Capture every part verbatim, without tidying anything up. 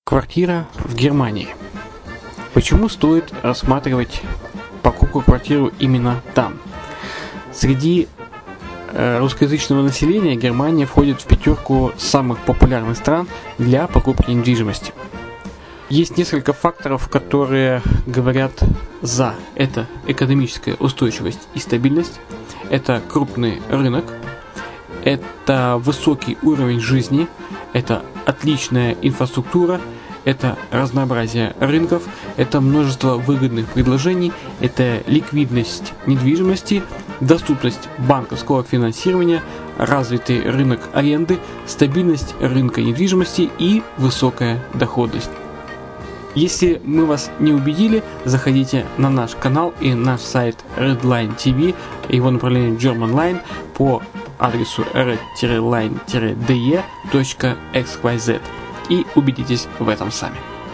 Квартира в Германии. Почему стоит рассматривать покупку квартиры именно там? Среди э, русскоязычного населения Германия входит в пятерку самых популярных стран для покупки недвижимости. Есть несколько факторов, которые говорят за. Это экономическая устойчивость и стабильность, это крупный рынок, это высокий уровень жизни, это отличная инфраструктура, это разнообразие рынков, это множество выгодных предложений, это ликвидность недвижимости, доступность банковского финансирования, развитый рынок аренды, стабильность рынка недвижимости и высокая доходность. Если мы вас не убедили, заходите на наш канал и наш сайт Redline ти ви, его направление Germanline по адресу red line d e точка x y z и убедитесь в этом сами.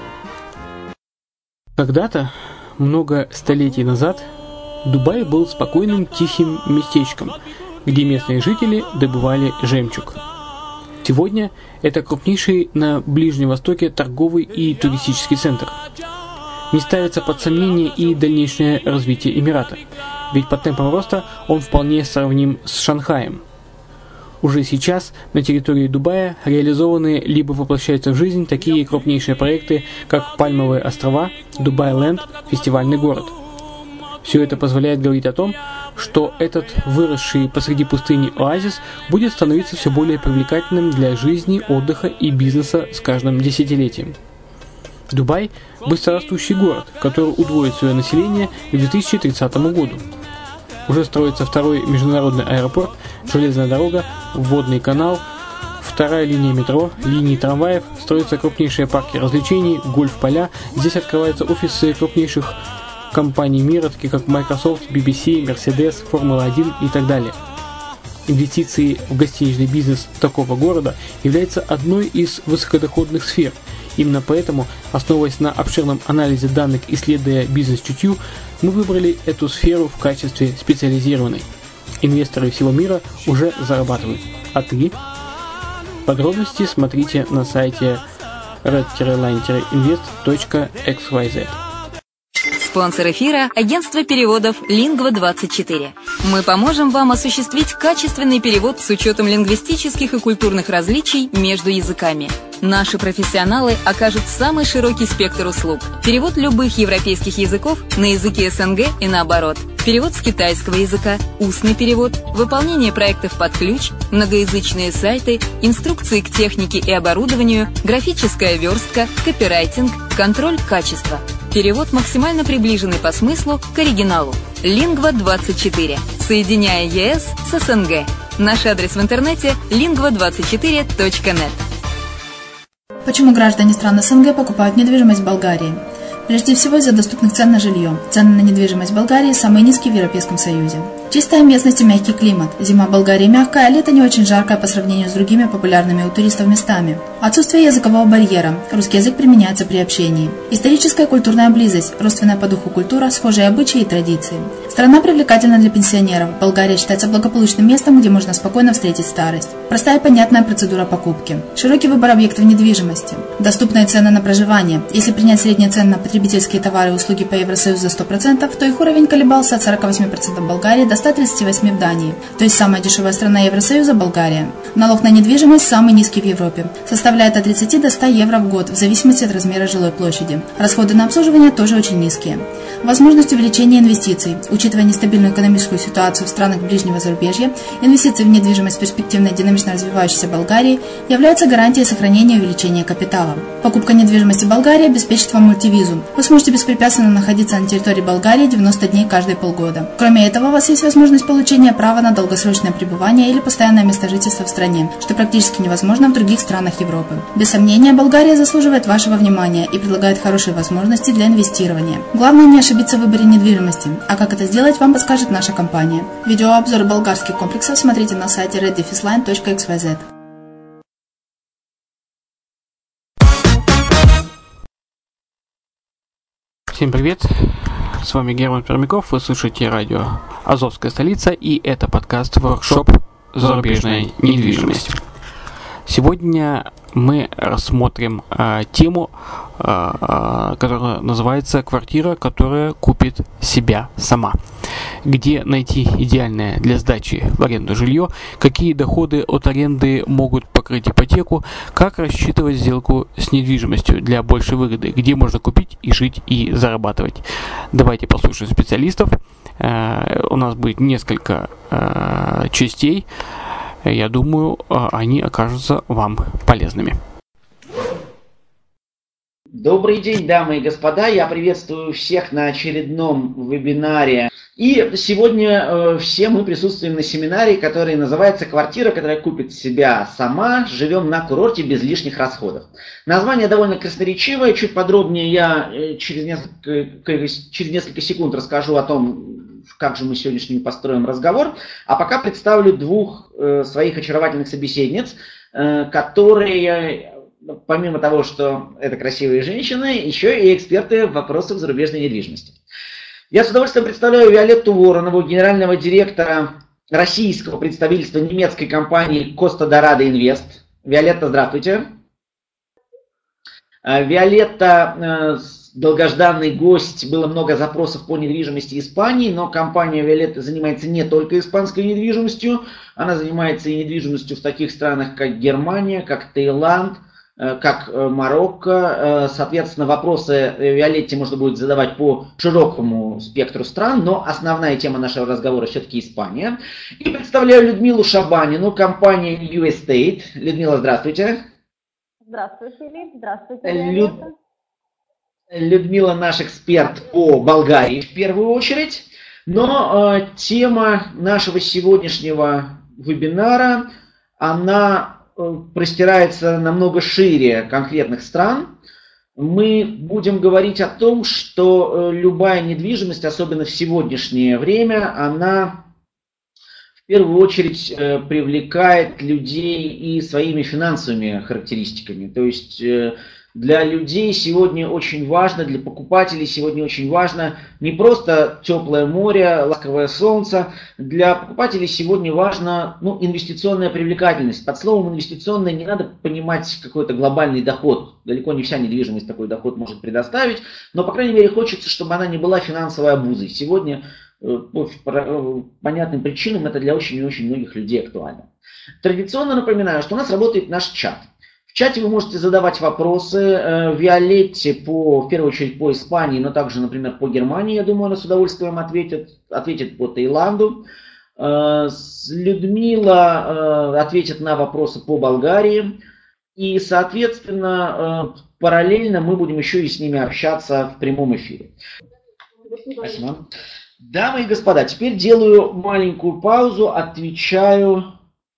Когда-то, много столетий назад, Дубай был спокойным тихим местечком, где местные жители добывали жемчуг. Сегодня это крупнейший на Ближнем Востоке торговый и туристический центр. Не ставится под сомнение и дальнейшее развитие Эмирата, ведь по темпам роста он вполне сравним с Шанхаем. Уже сейчас на территории Дубая реализованы либо воплощаются в жизнь такие крупнейшие проекты, как Пальмовые острова, Дубай-Ленд, фестивальный город. Все это позволяет говорить о том, что этот выросший посреди пустыни оазис будет становиться все более привлекательным для жизни, отдыха и бизнеса с каждым десятилетием. Дубай – быстрорастущий город, который удвоит свое население к две тысячи тридцатому году. Уже строится второй международный аэропорт, железная дорога, водный канал, вторая линия метро, линии трамваев, строятся крупнейшие парки развлечений, гольф-поля. Здесь открываются офисы крупнейших компаний мира, таких как Microsoft, би би си, Mercedes, Формула один и так далее. Инвестиции в гостиничный бизнес такого города являются одной из высокодоходных сфер. Именно поэтому, основываясь на обширном анализе данных, исследуя бизнес-чутью, мы выбрали эту сферу в качестве специализированной. Инвесторы всего мира уже зарабатывают. А ты? Подробности смотрите на сайте red line invest точка x y z. Спонсор эфира – агентство переводов лингва двадцать четыре. Мы поможем вам осуществить качественный перевод с учетом лингвистических и культурных различий между языками. Наши профессионалы окажут самый широкий спектр услуг. Перевод любых европейских языков на языки эс эн гэ и наоборот. Перевод с китайского языка, устный перевод, выполнение проектов под ключ, многоязычные сайты, инструкции к технике и оборудованию, графическая верстка, копирайтинг, контроль качества. Перевод максимально приближенный по смыслу к оригиналу. лингва двадцать четыре. Соединяя е эс с эс эн гэ. Наш адрес в интернете лингва двадцать четыре точка нет. Почему граждане стран эс эн гэ покупают недвижимость в Болгарии? Прежде всего из-за доступных цен на жилье. Цены на недвижимость в Болгарии самые низкие в Европейском Союзе. Чистая местность и мягкий климат. Зима в Болгарии мягкая, а лето не очень жаркое по сравнению с другими популярными у туристов местами. Отсутствие языкового барьера. Русский язык применяется при общении. Историческая и культурная близость. Родственная по духу культура, схожие обычаи и традиции. Страна привлекательна для пенсионеров. Болгария считается благополучным местом, где можно спокойно встретить старость. Простая и понятная процедура покупки. Широкий выбор объектов недвижимости. Доступные цены на проживание. Если принять средние цены на потребительские товары и услуги по Евросоюзу за сто процентов, то их уровень колебался от сорок восемь процентов в Болгарии до ста тридцати восьми процентов в Дании. То есть самая дешевая страна Евросоюза – Болгария. Налог на недвижимость самый низкий в Европе. Составляет от тридцати до ста евро в год, в зависимости от размера жилой площади. Расходы на обслуживание тоже очень низкие. Возможность увеличения инвестиций. Учитывая нестабильную экономическую ситуацию в странах ближнего зарубежья, инвестиции в недвижимость в перспективной динамично развивающейся Болгарии являются гарантией сохранения и увеличения капитала. Покупка недвижимости в Болгарии обеспечит вам мультивизу. Вы сможете беспрепятственно находиться на территории Болгарии девяносто дней каждые полгода. Кроме этого, у вас есть возможность получения права на долгосрочное пребывание или постоянное место жительства в стране, что практически невозможно в других странах Европы. Без сомнения, Болгария заслуживает вашего внимания и предлагает хорошие возможности для инвестирования. Главное не ошибиться в выборе недвижимости, а как это сделать, вам подскажет наша компания. Видеообзор болгарских комплексов смотрите на сайте red line точка x y z. Всем привет, с вами Герман Пермяков, вы слушаете радио «Азовская столица» и это подкаст «Воркшоп. Зарубежная недвижимость». Сегодня мы рассмотрим э, тему, э, которая называется «Квартира, которая купит себя сама». Где найти идеальное для сдачи в аренду жилье, какие доходы от аренды могут покрыть ипотеку, как рассчитывать сделку с недвижимостью для большей выгоды, где можно купить и жить и зарабатывать. Давайте послушаем специалистов. Э, у нас будет несколько э, частей. Я думаю, они окажутся вам полезными. Добрый день, дамы и господа. Я приветствую всех на очередном вебинаре. И сегодня э, все мы присутствуем на семинаре, который называется «Квартира, которая купит себя сама. Живем на курорте без лишних расходов». Название довольно красноречивое. Чуть подробнее я э, через, несколько, через несколько секунд расскажу о том, как же мы сегодняшний построим разговор. А пока представлю двух э, своих очаровательных собеседниц, э, которые, помимо того, что это красивые женщины, еще и эксперты в вопросах зарубежной недвижимости. Я с удовольствием представляю Виолетту Воронову, генерального директора российского представительства немецкой компании Costa Dorado Invest. Виолетта, здравствуйте. Виолетта, долгожданный гость, было много запросов по недвижимости Испании, но компания Виолетта занимается не только испанской недвижимостью, она занимается и недвижимостью в таких странах, как Германия, как Таиланд, как Марокко. Соответственно, вопросы Виолетте можно будет задавать по широкому спектру стран, но основная тема нашего разговора все-таки Испания. И представляю Людмилу Шабанину, компания New Estate. Людмила, здравствуйте. Здравствуйте, Филипп. Здравствуйте, Люд... Людмила наш эксперт по Болгарии в первую очередь. Но э, тема нашего сегодняшнего вебинара, она простирается намного шире конкретных стран. Мы будем говорить о том, что любая недвижимость, особенно в сегодняшнее время, она в первую очередь привлекает людей и своими финансовыми характеристиками. То есть для людей сегодня очень важно, для покупателей сегодня очень важно не просто теплое море, ласковое солнце. Для покупателей сегодня важна ну, инвестиционная привлекательность. Под словом инвестиционная не надо понимать какой-то глобальный доход. Далеко не вся недвижимость такой доход может предоставить. Но, по крайней мере, хочется, чтобы она не была финансовой обузой. Сегодня по понятным причинам это для очень и очень многих людей актуально. Традиционно напоминаю, что у нас работает наш чат. В чате вы можете задавать вопросы э, Виолетте, по, в первую очередь по Испании, но также, например, по Германии, я думаю, она с удовольствием ответит, ответит по Таиланду. Э, Людмила э, ответит на вопросы по Болгарии. И, соответственно, э, параллельно мы будем еще и с ними общаться в прямом эфире. Спасибо. Дамы и господа, теперь делаю маленькую паузу, отвечаю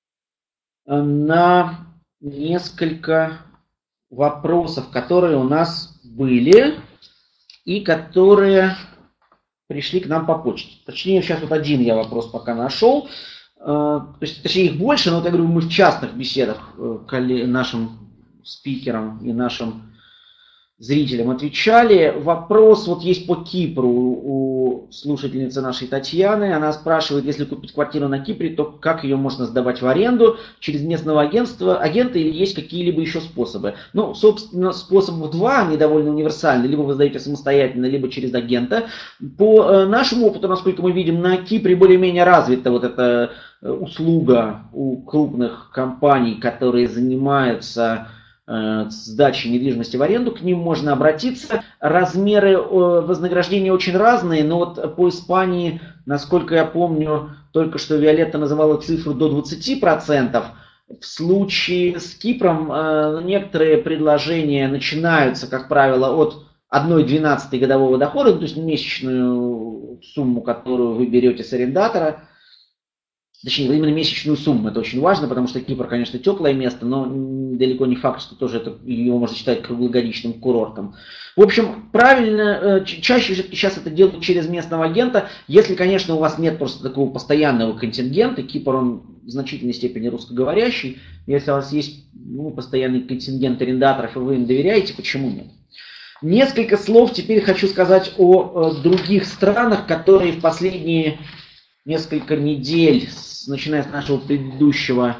на несколько вопросов, которые у нас были и которые пришли к нам по почте. Точнее, сейчас вот один я вопрос пока нашел. То есть, точнее, их больше, но вот я говорю, мы в частных беседах нашим спикерам и нашим зрителям отвечали. Вопрос вот есть по Кипру у слушательницы нашей Татьяны. Она спрашивает, если купить квартиру на Кипре, то как ее можно сдавать в аренду? Через местного агентства, агента или есть какие-либо еще способы? Ну, собственно, способов два, они довольно универсальны. Либо вы сдаете самостоятельно, либо через агента. По нашему опыту, насколько мы видим, на Кипре более-менее развита вот эта услуга у крупных компаний, которые занимаются сдачи недвижимости в аренду, к ним можно обратиться. Размеры вознаграждения очень разные, но вот по Испании, насколько я помню, только что Виолетта называла цифру до двадцати процентов. В случае с Кипром некоторые предложения начинаются, как правило, от одной двенадцатой годового дохода, то есть месячную сумму, которую вы берете с арендатора. Точнее, именно месячную сумму, это очень важно, потому что Кипр, конечно, теплое место, но далеко не факт, что тоже это, его можно считать круглогодичным курортом. В общем, правильно, чаще все-таки сейчас это делают через местного агента, если, конечно, у вас нет просто такого постоянного контингента. Кипр, он в значительной степени русскоговорящий, если у вас есть ну, постоянный контингент арендаторов, и вы им доверяете, почему нет? Несколько слов теперь хочу сказать о, о других странах, которые в последние несколько недель, начиная с нашего предыдущего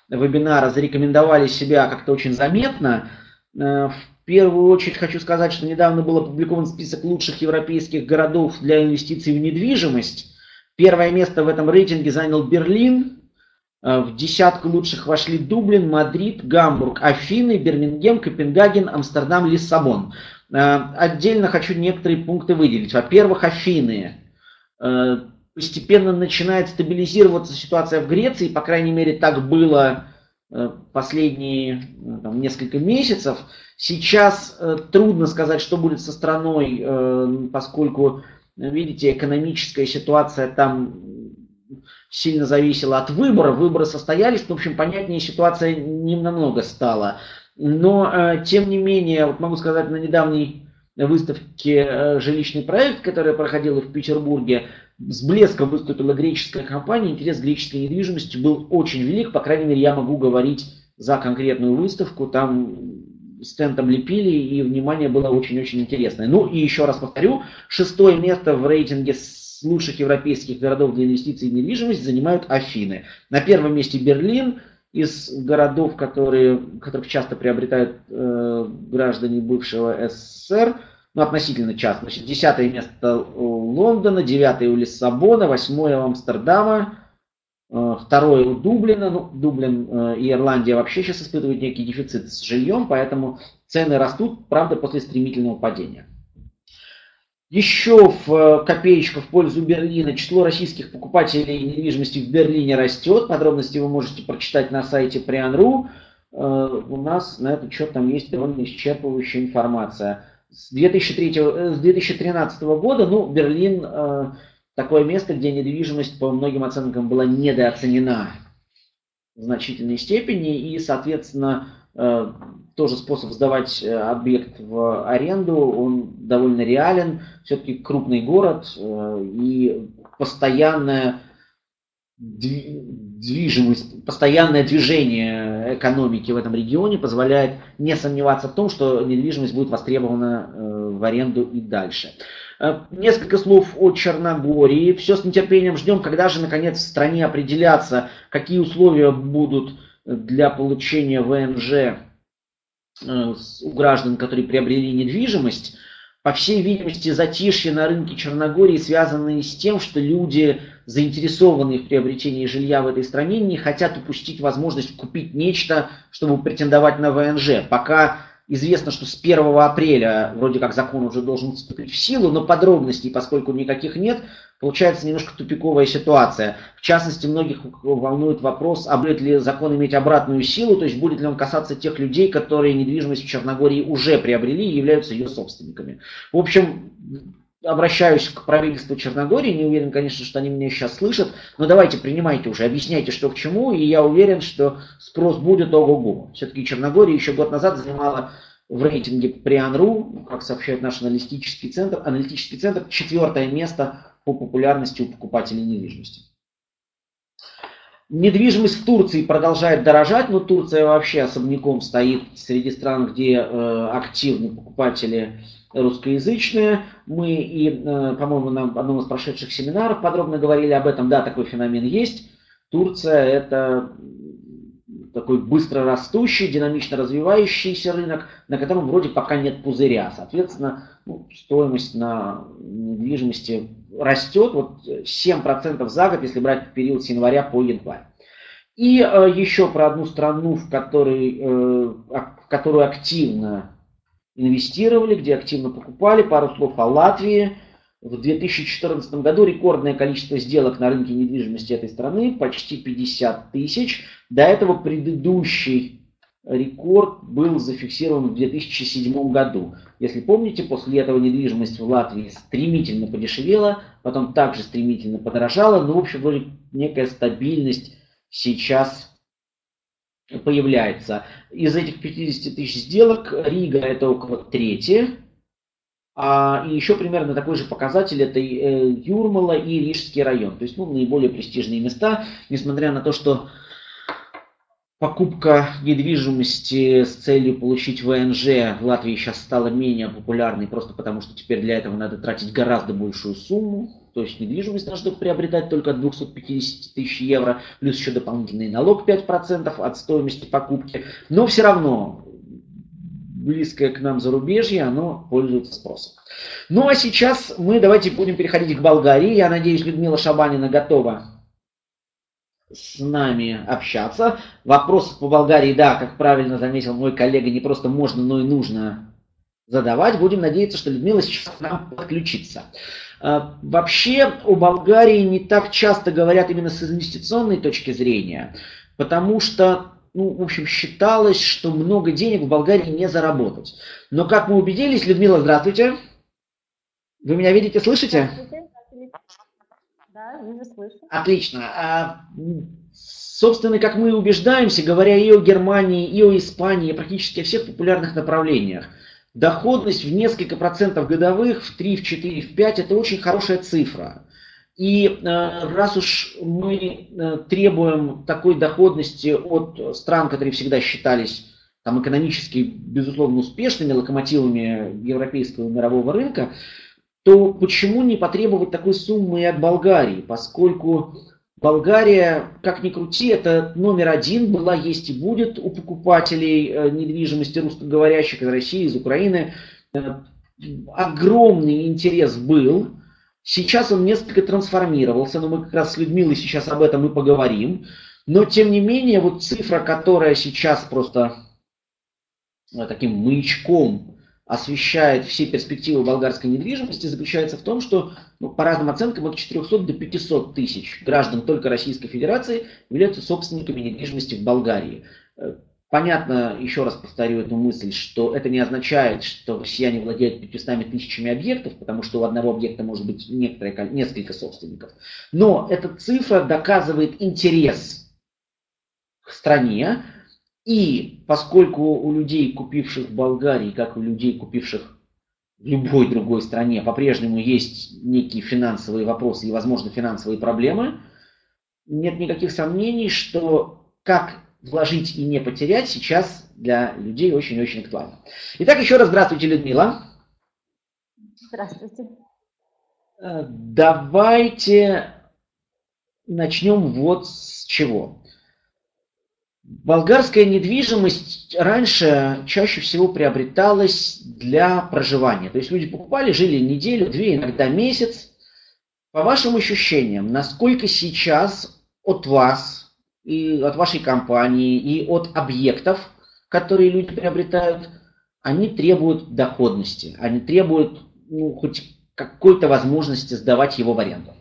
вебинара зарекомендовали себя как-то очень заметно. В первую очередь хочу сказать, что недавно был опубликован список лучших европейских городов для инвестиций в недвижимость. Первое место в этом рейтинге занял Берлин. В десятку лучших вошли Дублин, Мадрид, Гамбург, Афины, Бирмингем, Копенгаген, Амстердам, Лиссабон. Отдельно хочу некоторые пункты выделить. Во-первых, Афины. Постепенно начинает стабилизироваться ситуация в Греции, по крайней мере так было последние там, несколько месяцев. Сейчас трудно сказать, что будет со страной, поскольку, видите, экономическая ситуация там сильно зависело от выборов. Выборы состоялись, в общем, понятнее ситуация не намного стала. Но, э, тем не менее, вот могу сказать, на недавней выставке э, «Жилищный проект», которая проходила в Петербурге, с блеском выступила греческая компания. Интерес к греческой недвижимости был очень велик. По крайней мере, я могу говорить за конкретную выставку. Там стендом лепили, и внимание было очень-очень интересное. Ну и еще раз повторю, шестое место в рейтинге лучших европейских городов для инвестиций в недвижимость занимают Афины. На первом месте Берлин, из городов, которые, которых часто приобретают э, граждане бывшего СССР, ну относительно часто. Значит, десятое место у Лондона, девятое у Лиссабона, восьмое у Амстердама, э, второе у Дублина. Ну, Дублин э, и Ирландия вообще сейчас испытывают некий дефицит с жильем, поэтому цены растут, правда, после стремительного падения. Еще в копеечку в пользу Берлина число российских покупателей недвижимости в Берлине растет. Подробности вы можете прочитать на сайте приан точка ру. У нас на этот счет там есть довольно исчерпывающая информация. С две тысячи третьего, с две тысячи тринадцатого года, ну, Берлин такое место, где недвижимость по многим оценкам была недооценена в значительной степени, и, соответственно, тоже способ сдавать объект в аренду, он довольно реален. Все-таки крупный город и постоянная движимость, постоянное движение экономики в этом регионе позволяет не сомневаться в том, что недвижимость будет востребована в аренду и дальше. Несколько слов о Черногории. Все с нетерпением ждем, когда же наконец в стране определятся, какие условия будут для получения вэ эн жэ у граждан, которые приобрели недвижимость. По всей видимости, затишье на рынке Черногории связано с тем, что люди, заинтересованные в приобретении жилья в этой стране, не хотят упустить возможность купить нечто, чтобы претендовать на вэ эн жэ. Пока известно, что с первого апреля вроде как закон уже должен вступить в силу, но подробностей, поскольку никаких нет, получается немножко тупиковая ситуация. В частности, многих волнует вопрос, а будет ли закон иметь обратную силу, то есть будет ли он касаться тех людей, которые недвижимость в Черногории уже приобрели и являются ее собственниками. В общем, обращаюсь к правительству Черногории, не уверен, конечно, что они меня сейчас слышат, но давайте принимайте уже, объясняйте, что к чему, и я уверен, что спрос будет ого-го. Все-таки Черногория еще год назад занимала в рейтинге приан точка ру, как сообщает наш аналитический центр, аналитический центр, четвертое место по популярности у покупателей недвижимости. Недвижимость в Турции продолжает дорожать, но Турция вообще особняком стоит среди стран, где э, активны покупатели русскоязычные. Мы и, э, по-моему, на одном из прошедших семинаров подробно говорили об этом. Да, такой феномен есть. Турция – это такой быстро растущий, динамично развивающийся рынок, на котором вроде пока нет пузыря. Соответственно, ну, стоимость на недвижимости растет. Вот семь процентов за год, если брать период с января по январь. И э, еще про одну страну, в, которой, э, в которую активно инвестировали, где активно покупали. Пару слов о Латвии. В две тысячи четырнадцатом году рекордное количество сделок на рынке недвижимости этой страны, почти пятьдесят тысяч. До этого предыдущий рекорд был зафиксирован в две тысячи седьмом году. Если помните, после этого недвижимость в Латвии стремительно подешевела, потом также стремительно подорожала. Ну, в общем, вроде некая стабильность сейчас появляется. Из этих пятидесяти тысяч сделок Рига это около трети. А, и еще примерно такой же показатель это э, Юрмала и Рижский район. То есть ну, наиболее престижные места, несмотря на то, что покупка недвижимости с целью получить вэ эн жэ в Латвии сейчас стала менее популярной, просто потому что теперь для этого надо тратить гораздо большую сумму. То есть недвижимость нужно приобретать только от двухсот пятидесяти тысяч евро, плюс еще дополнительный налог пять процентов от стоимости покупки. Но все равно близкое к нам зарубежье, оно пользуется спросом. Ну а сейчас мы давайте будем переходить к Болгарии. Я надеюсь, Людмила Шабанина готова с нами общаться. Вопрос по Болгарии, да, как правильно заметил мой коллега, не просто можно, но и нужно задавать. Будем надеяться, что Людмила сейчас к нам подключится. Вообще о Болгарии не так часто говорят именно с инвестиционной точки зрения, потому что, ну, в общем, считалось, что много денег в Болгарии не заработать. Но как мы убедились, Людмила, здравствуйте. Вы меня видите, слышите? Да, вижу, слышу. Отлично. А, собственно, как мы убеждаемся, говоря и о Германии, и о Испании, практически о всех популярных направлениях, доходность в несколько процентов годовых, в три, в четыре, в пять, это очень хорошая цифра. И э, раз уж мы э, требуем такой доходности от стран, которые всегда считались там, экономически, безусловно, успешными локомотивами европейского и мирового рынка, то почему не потребовать такой суммы и от Болгарии, поскольку Болгария, как ни крути, это номер один, была, есть и будет у покупателей недвижимости русскоговорящих из России, из Украины. Огромный интерес был. Сейчас он несколько трансформировался, но мы как раз с Людмилой сейчас об этом и поговорим. Но тем не менее, вот цифра, которая сейчас просто таким маячком освещает все перспективы болгарской недвижимости, заключается в том, что ну, по разным оценкам от четырехсот до пятисот тысяч граждан только Российской Федерации являются собственниками недвижимости в Болгарии. Понятно, еще раз повторю эту мысль, что это не означает, что россияне владеют пятьюстами тысячами объектов, потому что у одного объекта может быть некоторое, несколько собственников. Но эта цифра доказывает интерес к стране. И поскольку у людей, купивших в Болгарии, как у людей, купивших в любой другой стране, по-прежнему есть некие финансовые вопросы и, возможно, финансовые проблемы, нет никаких сомнений, что как вложить и не потерять сейчас для людей очень-очень актуально. Итак, еще раз здравствуйте, Людмила. Здравствуйте. Давайте начнем вот с чего. Болгарская недвижимость раньше чаще всего приобреталась для проживания. То есть люди покупали, жили неделю, две, иногда месяц. По вашим ощущениям, насколько сейчас от вас, и от вашей компании, и от объектов, которые люди приобретают, они требуют доходности, они требуют ну, хоть какой-то возможности сдавать его в аренду?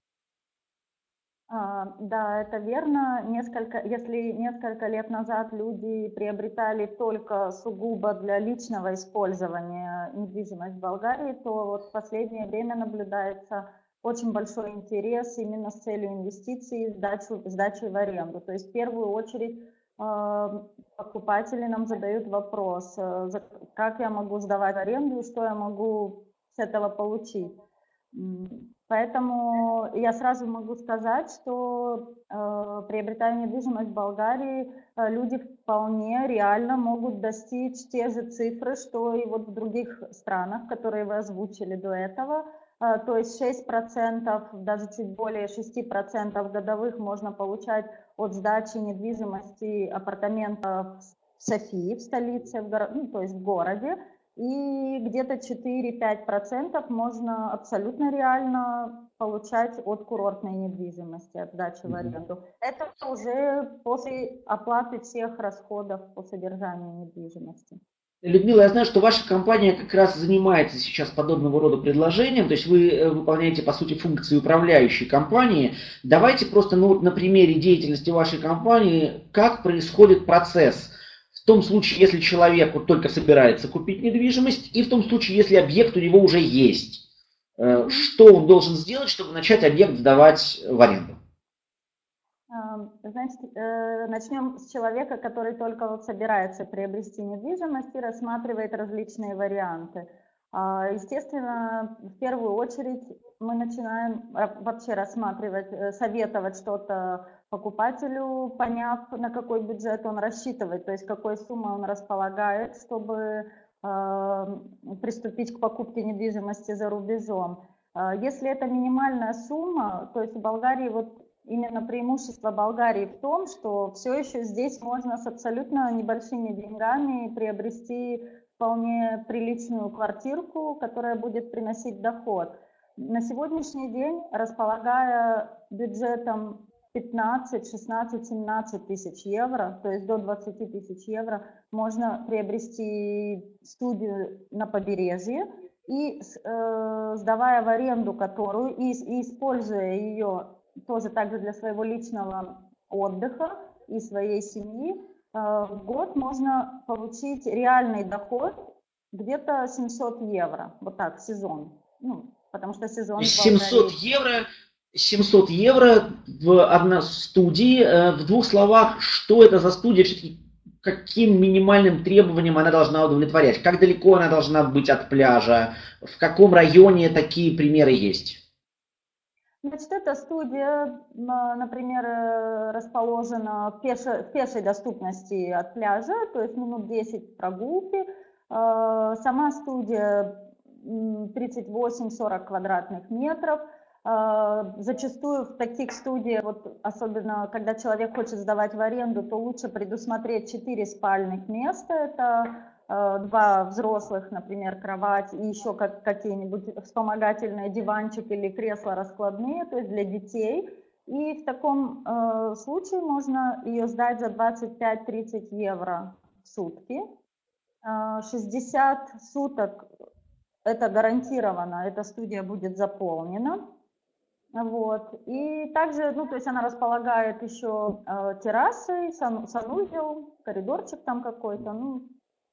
Да, это верно. Несколько, если несколько лет назад люди приобретали только сугубо для личного использования недвижимость в Болгарии, то вот в последнее время наблюдается очень большой интерес именно с целью инвестиций, сдачи, сдачи в аренду. То есть в первую очередь э, покупатели нам задают вопрос, э, как я могу сдавать в аренду и что я могу с этого получить. Поэтому я сразу могу сказать, что э, приобретая недвижимость в Болгарии, э, люди вполне реально могут достичь те же цифры, что и вот в других странах, которые вы озвучили до этого. Э, то есть шесть процентов, даже чуть более шесть процентов годовых можно получать от сдачи недвижимости апартаментов в Софии, в столице, в горо... ну, то есть в городе. И где-то четыре-пять процентов можно абсолютно реально получать от курортной недвижимости, от сдачи в аренду. Это уже после оплаты всех расходов по содержанию недвижимости. Людмила, я знаю, что ваша компания как раз занимается сейчас подобного рода предложением, то есть вы выполняете, по сути, функции управляющей компании. Давайте просто ну, на примере деятельности вашей компании, как происходит процесс в том случае, если человек вот только собирается купить недвижимость, и в том случае, если объект у него уже есть. Что он должен сделать, чтобы начать объект сдавать в аренду? Значит, начнем с человека, который только вот собирается приобрести недвижимость и рассматривает различные варианты. Естественно, в первую очередь мы начинаем вообще рассматривать, советовать что-то покупателю, поняв, на какой бюджет он рассчитывает, то есть какой суммой он располагает, чтобы э, приступить к покупке недвижимости за рубежом. Э, если это минимальная сумма, то есть в Болгарии вот именно преимущество Болгарии в том, что все еще здесь можно с абсолютно небольшими деньгами приобрести вполне приличную квартирку, которая будет приносить доход. На сегодняшний день, располагая бюджетом пятнадцать, шестнадцать, семнадцать тысяч евро, то есть до двадцати тысяч евро, можно приобрести студию на побережье и, э, сдавая в аренду которую и, и используя ее тоже также для своего личного отдыха и своей семьи, в год можно получить реальный доход где-то семьсот евро, вот так, в сезон. Ну, потому что сезон... семьсот евро, семьсот евро в одной студии. В двух словах, что это за студия, каким минимальным требованиям она должна удовлетворять? Как далеко она должна быть от пляжа? В каком районе такие примеры есть? Значит, эта студия, например, расположена в пешей, в пешей доступности от пляжа, то есть минут десять прогулки. Сама студия тридцать восемь - сорок квадратных метров. Зачастую в таких студиях, вот особенно когда человек хочет сдавать в аренду, то лучше предусмотреть четыре спальных места. Это два взрослых, например, кровать и еще как, какие-нибудь вспомогательные диванчик или кресла раскладные, то есть для детей. И в таком э, случае можно ее сдать за двадцать пять - тридцать евро в сутки. Э, шестьдесят суток это гарантированно, эта студия будет заполнена. Вот. И также, ну, то есть она располагает еще э, террасой, сан, санузел, коридорчик там какой-то, ну.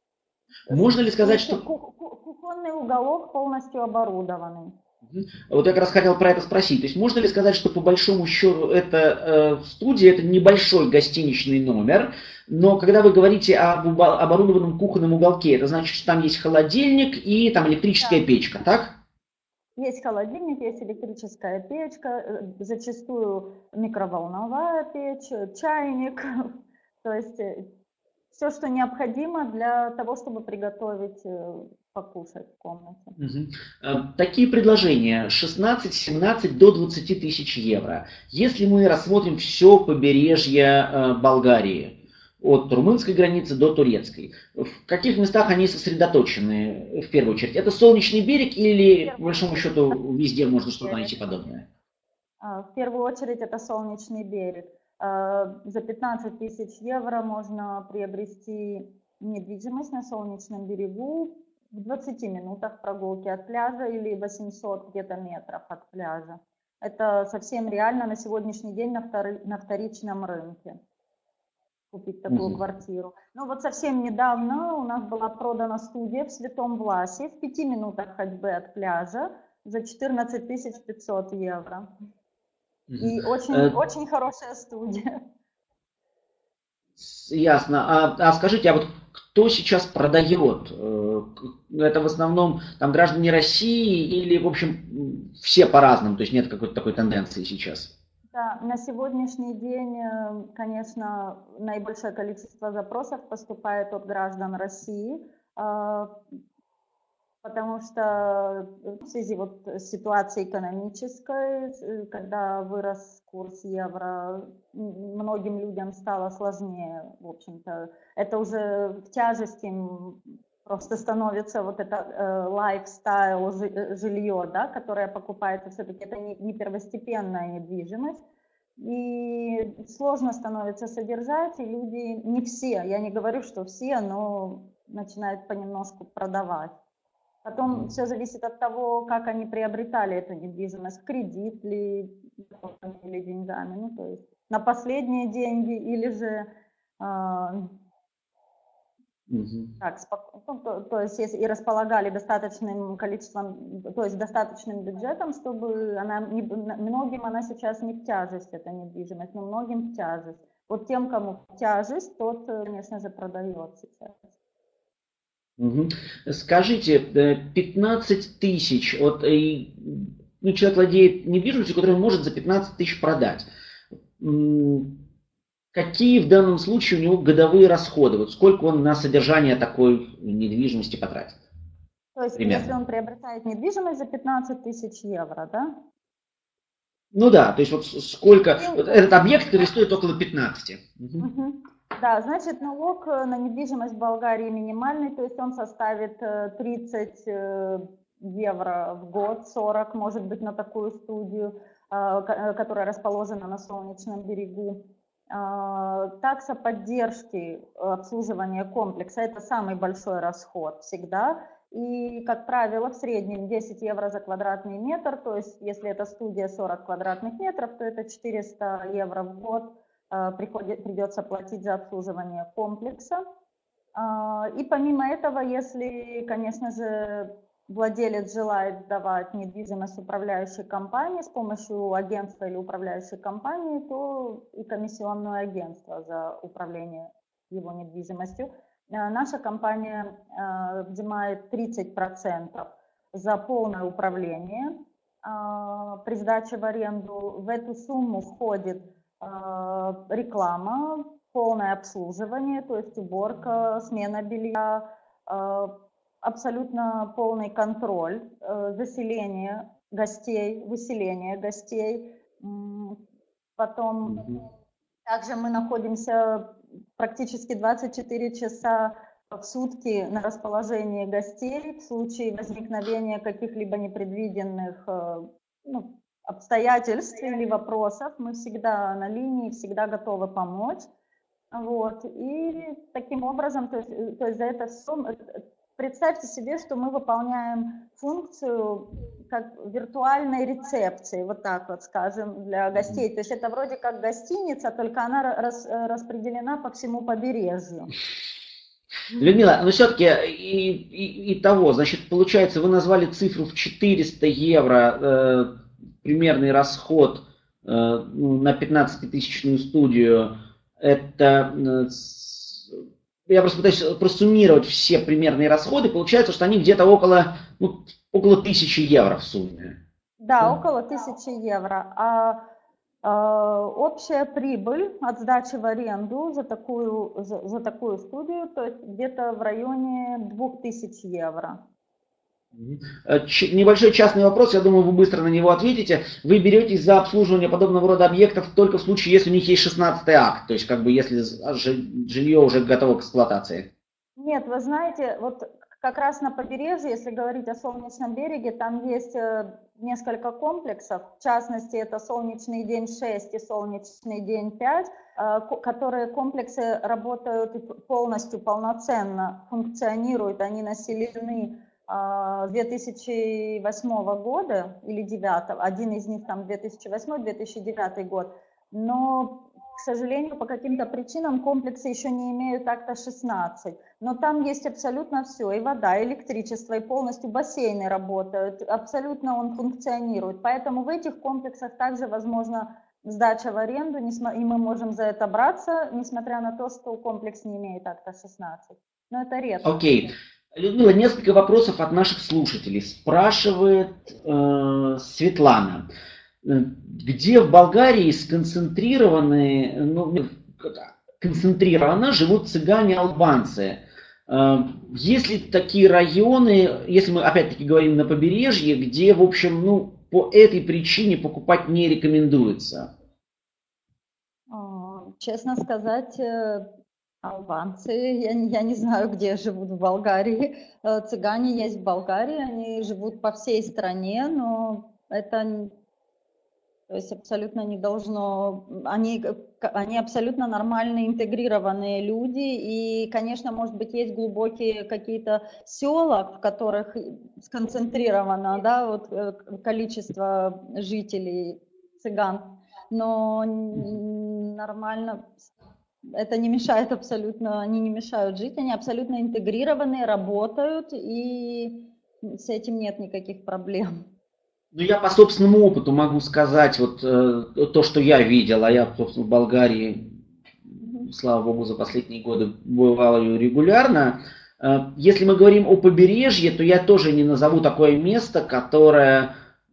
Можно ли сказать, что... Кухонный уголок полностью оборудованный. Вот я как раз хотел про это спросить. То есть можно ли сказать, что по большому счету это э, студия, это небольшой гостиничный номер, но когда вы говорите об оборудованном кухонном уголке, это значит, что там есть холодильник и там электрическая, да, печка, так? Есть холодильник, есть электрическая печка, зачастую микроволновая печь, чайник, то есть... Все, что необходимо для того, чтобы приготовить, покушать в комнате. Угу. Такие предложения шестнадцать, семнадцать до двадцати тысяч евро. Если мы рассмотрим все побережье Болгарии, от румынской границы до турецкой, в каких местах они сосредоточены в первую очередь? Это Солнечный берег или, по большому счету, везде можно что-то найти подобное? В первую очередь это Солнечный берег. За пятнадцать тысяч евро можно приобрести недвижимость на Солнечном берегу в двадцати минутах прогулки от пляжа или восемьсот где-то метров от пляжа. Это совсем реально на сегодняшний день на, втори, на вторичном рынке купить такую mm-hmm. квартиру. Ну вот совсем недавно у нас была продана студия в Святом Власе в пяти минутах ходьбы от пляжа за четырнадцать тысяч пятьсот евро. И очень, э, очень хорошая студия. Ясно. А, а скажите, а вот кто сейчас продает? Это в основном там граждане России или, в общем, все по-разному? То есть нет какой-то такой тенденции сейчас? Да, на сегодняшний день, конечно, наибольшее количество запросов поступает от граждан России. Потому что в связи вот с ситуацией экономической, когда вырос курс евро, многим людям стало сложнее, в общем-то. Это уже в тяжести просто становится вот это лайфстайл, жилье, да, которое покупается, все-таки это не, не первостепенная недвижимость. И сложно становится содержать, и люди, не все, я не говорю, что все, но начинают понемножку продавать. Потом все зависит от того, как они приобретали эту недвижимость, кредит ли, или деньгами, ну, то есть на последние деньги, или же э, угу. так, споко... ну, то, то есть если и располагали достаточным количеством, то есть достаточным бюджетом, чтобы она, не, многим она сейчас не в тяжесть, эта недвижимость, но многим в тяжесть. Вот тем, кому в тяжесть, тот, конечно же, продает сейчас. Угу. Скажите, пятнадцать тысяч, вот, ну, человек владеет недвижимостью, которую он может за пятнадцать тысяч продать. какие в данном случае у него годовые расходы? Вот сколько он на содержание такой недвижимости потратит? То есть, примерно, если он приобретает недвижимость за пятнадцать тысяч евро, да? Ну да, то есть вот сколько... Вот этот объект, который стоит около пятнадцати. Угу. Да, значит, налог на недвижимость в Болгарии минимальный, то есть он составит тридцать евро в год, сорок, может быть, на такую студию, которая расположена на Солнечном берегу. Такса поддержки обслуживания комплекса – это самый большой расход всегда. И, как правило, в среднем десять евро за квадратный метр, то есть если это студия сорок квадратных метров, то это четыреста евро в год приходит, придется платить за обслуживание комплекса. И помимо этого, если, конечно же, владелец желает давать недвижимость управляющей компании с помощью агентства или управляющей компании, то и комиссионное агентство за управление его недвижимостью. Наша компания взимает тридцать процентов за полное управление при сдаче в аренду. В эту сумму входит реклама, полное обслуживание, то есть уборка, смена белья, абсолютно полный контроль, заселение гостей, выселение гостей. Потом также мы находимся практически двадцать четыре часа в сутки на расположении гостей в случае возникновения каких-либо непредвиденных ну, обстоятельств или вопросов. Мы всегда на линии, всегда готовы помочь. Вот. И таким образом, то есть, то есть за это все, представьте себе, что мы выполняем функцию как виртуальной рецепции, вот так вот скажем, для гостей. То есть это вроде как гостиница, только она рас, распределена по всему побережью. Людмила, но все-таки и, и, и того, значит, получается, вы назвали цифру в четыреста евро, э, примерный расход э, на пятнадцатитысячную студию. Это, э, я просто пытаюсь просуммировать все примерные расходы, получается, что они где-то около, ну, около тысячи евро в сумме. Да, да? Около тысячи евро. А общая прибыль от сдачи в аренду за такую, за, за такую студию, то есть где-то в районе двух тысяч евро. Небольшой частный вопрос, я думаю, вы быстро на него ответите. Вы беретесь за обслуживание подобного рода объектов только в случае, если у них есть шестнадцатый акт, то есть как бы если жилье уже готово к эксплуатации? Нет, вы знаете, вот как раз на побережье, если говорить о Солнечном береге, там есть несколько комплексов, в частности, это Солнечный день шесть и Солнечный день пять, которые комплексы работают полностью, полноценно функционируют, они населены с две тысячи восьмого года или две тысячи девятого, один из них там две тысячи восьмой — две тысячи девятый год, но, к сожалению, по каким-то причинам комплексы еще не имеют акта шестнадцать, но там есть абсолютно все, и вода, и электричество, и полностью бассейны работают, абсолютно он функционирует, поэтому в этих комплексах также возможно сдача в аренду, и мы можем за это браться, несмотря на то, что комплекс не имеет акта шестнадцать, но это редко. Окей. Людмила, несколько вопросов от наших слушателей. Спрашивает э, Светлана, где в Болгарии сконцентрированы, ну, концентрированно живут цыгане-албанцы? Э, есть ли такие районы, если мы опять-таки говорим на побережье, где, в общем, ну, по этой причине покупать не рекомендуется? Честно сказать... Албанцы, я, я не знаю, где живут в Болгарии. Цыгане есть в Болгарии, они живут по всей стране, но это то есть абсолютно не должно... Они, они абсолютно нормальные, интегрированные люди, и, конечно, может быть, есть глубокие какие-то села, в которых сконцентрировано, да, вот, количество жителей цыган, но нормально... Это не мешает абсолютно, они не мешают жить, они абсолютно интегрированные, работают, и с этим нет никаких проблем. Ну, я по собственному опыту могу сказать, вот э, то, что я видел, а я, собственно, в Болгарии, mm-hmm. слава богу, за последние годы бываю регулярно. Э, если мы говорим о побережье, то я тоже не назову такое место, которое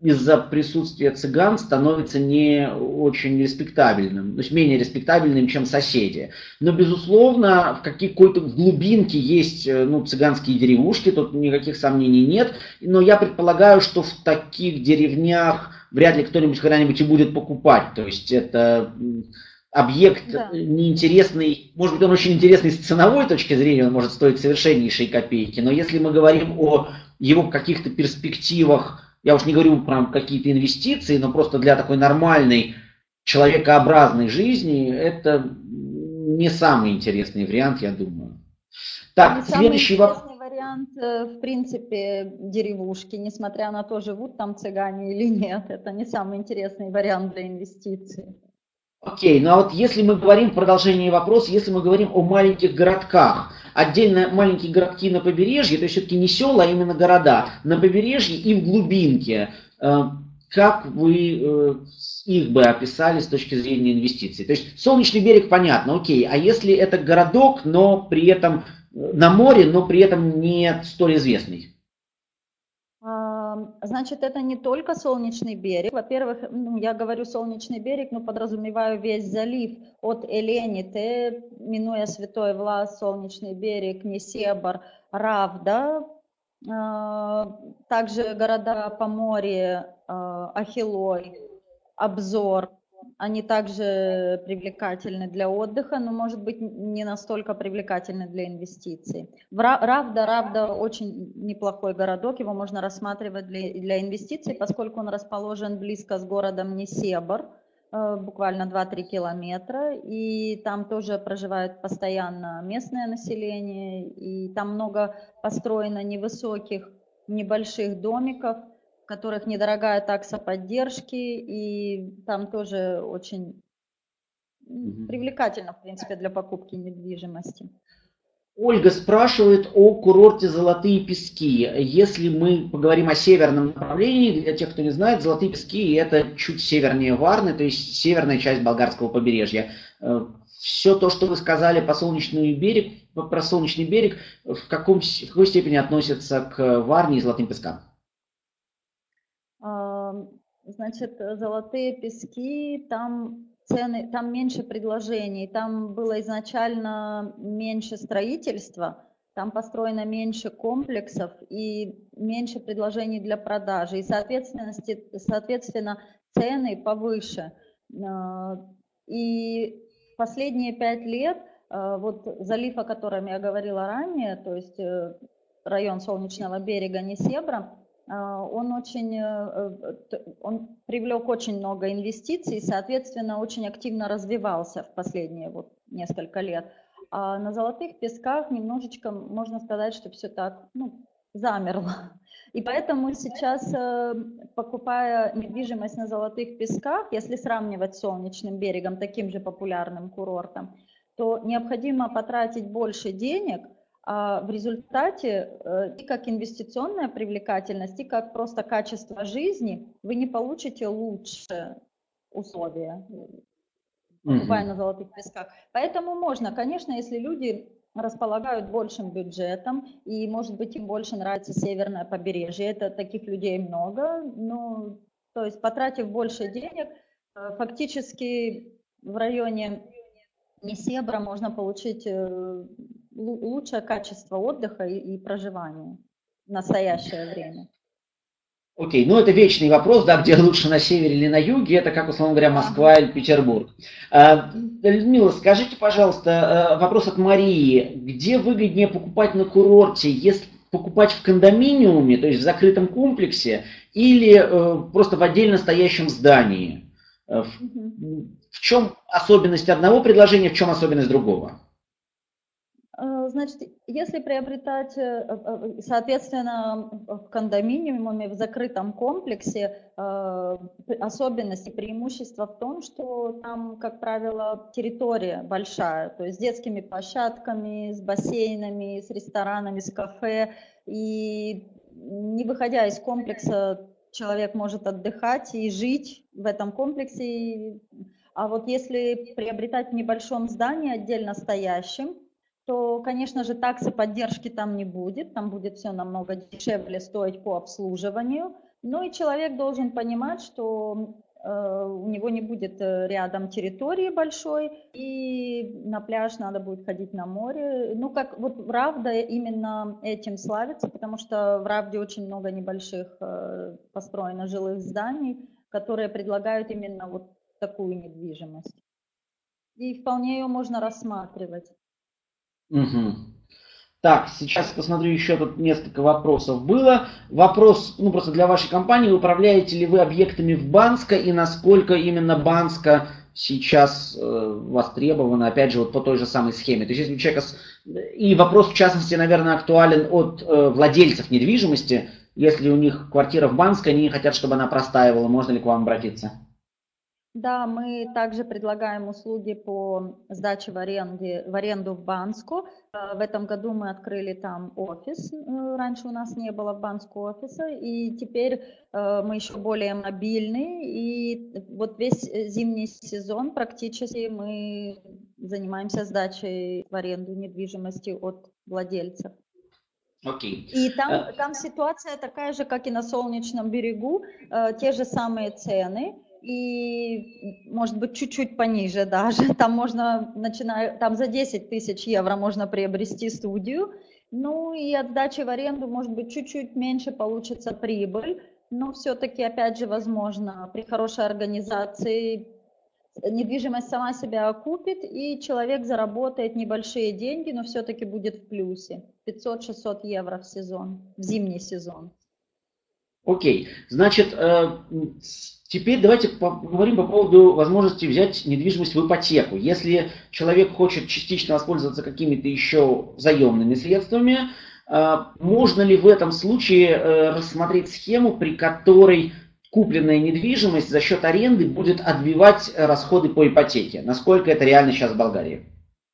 из-за присутствия цыган становится не очень респектабельным, то есть менее респектабельным, чем соседи. Но, безусловно, в какой-то глубинке есть ну, цыганские деревушки, тут никаких сомнений нет. Но я предполагаю, что в таких деревнях вряд ли кто-нибудь когда-нибудь и будет покупать. То есть это объект да. неинтересный, может быть, он очень интересный с ценовой точки зрения, он может стоить совершеннейшие копейки, но если мы говорим о его каких-то перспективах, я уж не говорю про какие-то инвестиции, но просто для такой нормальной, человекообразной жизни, это не самый интересный вариант, я думаю. Так, не следующий вопрос. Самый интересный вариант, в принципе, деревушки, несмотря на то, живут там цыгане или нет, это не самый интересный вариант для инвестиций. Окей, ну а вот если мы говорим, продолжение вопроса, если мы говорим о маленьких городках, отдельно маленькие городки на побережье, то есть все-таки не села, а именно города, на побережье и в глубинке, как вы их бы описали с точки зрения инвестиций? То есть Солнечный берег, понятно, окей, а если это городок, но при этом на море, но при этом не столь известный? Значит, это не только Солнечный берег. Во-первых, ну, я говорю Солнечный берег, но подразумеваю весь залив от Элените, минуя Святой Влас, Солнечный берег, Несебр, Равда. Также города Поморье, Ахилой, Обзор. Они также привлекательны для отдыха, но, может быть, не настолько привлекательны для инвестиций. Равда, Равда очень неплохой городок, его можно рассматривать для, для инвестиций, поскольку он расположен близко с городом Несебр, буквально два-три километра, и там тоже проживает постоянно местное население, и там много построено невысоких, небольших домиков, в которых недорогая такса поддержки, и там тоже очень mm-hmm. привлекательно, в принципе, для покупки недвижимости. Ольга спрашивает о курорте Золотые Пески. Если мы поговорим о северном направлении, для тех, кто не знает, Золотые Пески – это чуть севернее Варны, то есть северная часть болгарского побережья. Все то, что вы сказали по Солнечный берег, про Солнечный берег, в, каком, в какой степени относится к Варне и Золотым Пескам? Значит, Золотые Пески, там цены, там меньше предложений, там было изначально меньше строительства, там построено меньше комплексов и меньше предложений для продажи, и соответственно, соответственно цены повыше. И последние пять лет, вот залив, о котором я говорила ранее, то есть район Солнечного берега Несебра, он очень, он привлек очень много инвестиций, соответственно, очень активно развивался в последние вот несколько лет. А на Золотых Песках немножечко, можно сказать, что все так, ну, замерло. И поэтому сейчас, покупая недвижимость на Золотых Песках, если сравнивать с Солнечным берегом, таким же популярным курортом, то необходимо потратить больше денег, а в результате и как инвестиционная привлекательность, и как просто качество жизни вы не получите лучше условия, покупая mm-hmm. на Золотых Песках. Поэтому можно, конечно, если люди располагают большим бюджетом, и, может быть, им больше нравится северное побережье, это таких людей много, ну, то есть, потратив больше денег, фактически в районе Несебра можно получить лучшее качество отдыха и, и проживания в настоящее время. Окей, okay. Ну это вечный вопрос, да, где лучше, на севере или на юге, это, как условно говоря, Москва или Петербург. Людмила, скажите, пожалуйста, вопрос от Марии, где выгоднее покупать на курорте, если покупать в кондоминиуме, то есть в закрытом комплексе, или просто в отдельно стоящем здании? В, mm-hmm. в чем особенность одного предложения, в чем особенность другого? Значит, если приобретать, соответственно, в кондоминиуме, в закрытом комплексе, особенность и преимущество в том, что там, как правило, территория большая, то есть с детскими площадками, с бассейнами, с ресторанами, с кафе, и не выходя из комплекса, человек может отдыхать и жить в этом комплексе. А вот если приобретать в небольшом здании, отдельно стоящем, то, конечно же, таксы поддержки там не будет, там будет все намного дешевле стоить по обслуживанию, Ну и человек должен понимать, что э, у него не будет рядом территории большой, и на пляж надо будет ходить на море. Ну, как вот в Равда именно этим славится, потому что в Равде очень много небольших э, построено жилых зданий, которые предлагают именно вот такую недвижимость. И вполне ее можно рассматривать. Угу. Так, сейчас посмотрю, еще тут несколько вопросов было. Вопрос, ну просто для вашей компании, управляете ли вы объектами в Банско и насколько именно Банско сейчас э, востребовано, опять же, вот по той же самой схеме. То есть, если у человека... С... И вопрос, в частности, наверное, актуален от э, владельцев недвижимости. Если у них квартира в Банско, они хотят, чтобы она простаивала, можно ли к вам обратиться? Да, мы также предлагаем услуги по сдаче в, аренде, в аренду в Банску. В этом году мы открыли там офис. Раньше у нас не было в Банску офиса, и теперь мы еще более мобильны. И вот весь зимний сезон практически мы занимаемся сдачей в аренду недвижимости от владельцев. Окей. И там, там ситуация такая же, как и на Солнечном берегу, те же самые цены. И, может быть, чуть-чуть пониже даже. Там можно, начиная, там за десять тысяч евро можно приобрести студию. Ну и от сдачи в аренду, может быть, чуть-чуть меньше получится прибыль. Но все-таки, опять же, возможно, при хорошей организации недвижимость сама себя окупит, и человек заработает небольшие деньги, но все-таки будет в плюсе. пятьсот-шестьсот евро в сезон, в зимний сезон. Окей, значит, теперь давайте поговорим по поводу возможности взять недвижимость в ипотеку. Если человек хочет частично воспользоваться какими-то еще заемными средствами, можно ли в этом случае рассмотреть схему, при которой купленная недвижимость за счет аренды будет отбивать расходы по ипотеке? Насколько это реально сейчас в Болгарии?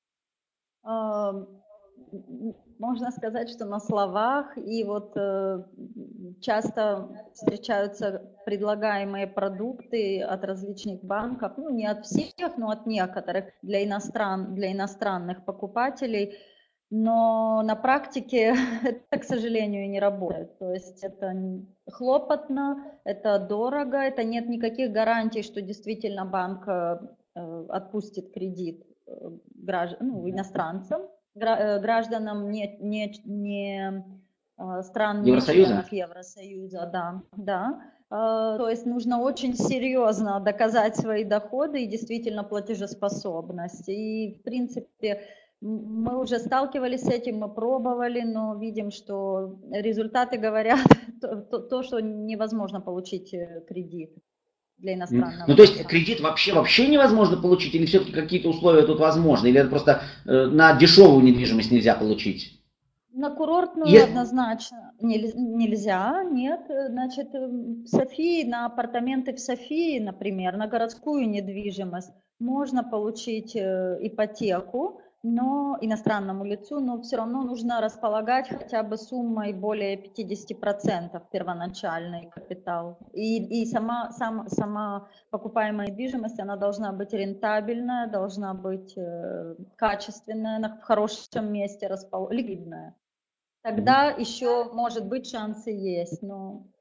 Можно сказать, что на словах, и вот э, часто встречаются предлагаемые продукты от различных банков, ну не от всех, но от некоторых для, иностран, для иностранных покупателей, но на практике это, к сожалению, не работает. То есть это хлопотно, это дорого, это нет никаких гарантий, что действительно банк э, отпустит кредит э, граждан, ну, иностранцам. Гражданам не, не, не стран не членов Евросоюза, да, да. То есть нужно очень серьезно доказать свои доходы и действительно платежеспособность. И в принципе мы уже сталкивались с этим, мы пробовали, но видим, что результаты говорят то, то, то что невозможно получить кредит для иностранного. Ну, то есть кредит вообще вообще невозможно получить, или все-таки какие-то условия тут возможны, или это просто э, на дешевую недвижимость нельзя получить? На курортную Есть... однозначно нельзя, нет. Значит, в Софии, на апартаменты в Софии, например, на городскую недвижимость можно получить ипотеку, но иностранному лицу, но все равно нужно располагать хотя бы суммой более пятьдесят процентов первоначальный капитал. И, и сама, сам, сама покупаемая недвижимость, она должна быть рентабельная, должна быть э, качественная, в хорошем месте расположенная, ликвидная. Тогда еще, может быть, шансы есть, но